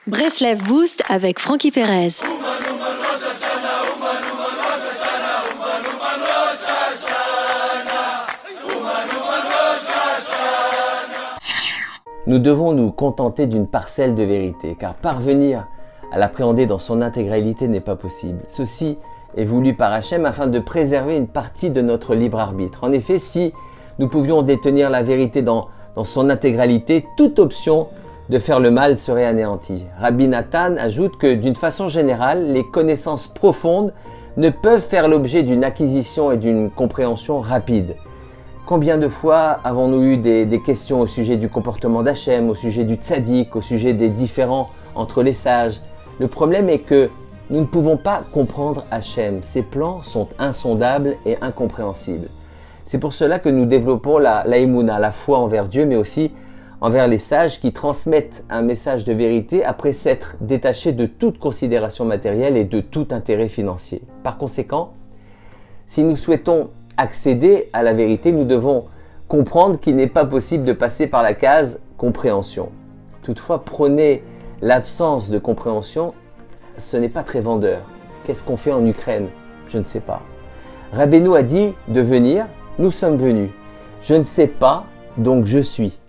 Breslev Boost avec Francky Perez. Nous devons nous contenter d'une parcelle de vérité, car parvenir à l'appréhender dans son intégralité n'est pas possible. Ceci est voulu par Hachem afin de préserver une partie de notre libre arbitre. En effet, si nous pouvions détenir la vérité dans son intégralité, toute option de faire le mal serait anéantie. Rabbi Nathan ajoute que d'une façon générale, les connaissances profondes ne peuvent faire l'objet d'une acquisition et d'une compréhension rapide. Combien de fois avons-nous eu des questions au sujet du comportement d'Hachem, au sujet du tzaddik, au sujet des différends entre les sages? Le problème est que nous ne pouvons pas comprendre Hachem. Ses plans sont insondables et incompréhensibles. C'est pour cela que nous développons la Emouna, la foi envers Dieu, mais aussi envers les sages qui transmettent un message de vérité après s'être détachés de toute considération matérielle et de tout intérêt financier. Par conséquent, si nous souhaitons accéder à la vérité, nous devons comprendre qu'il n'est pas possible de passer par la case compréhension. Toutefois, prôner l'absence de compréhension, ce n'est pas très vendeur. Qu'est-ce qu'on fait en Ukraine? Je ne sais pas. Rabbeinu a dit de venir, nous sommes venus. Je ne sais pas, donc je suis.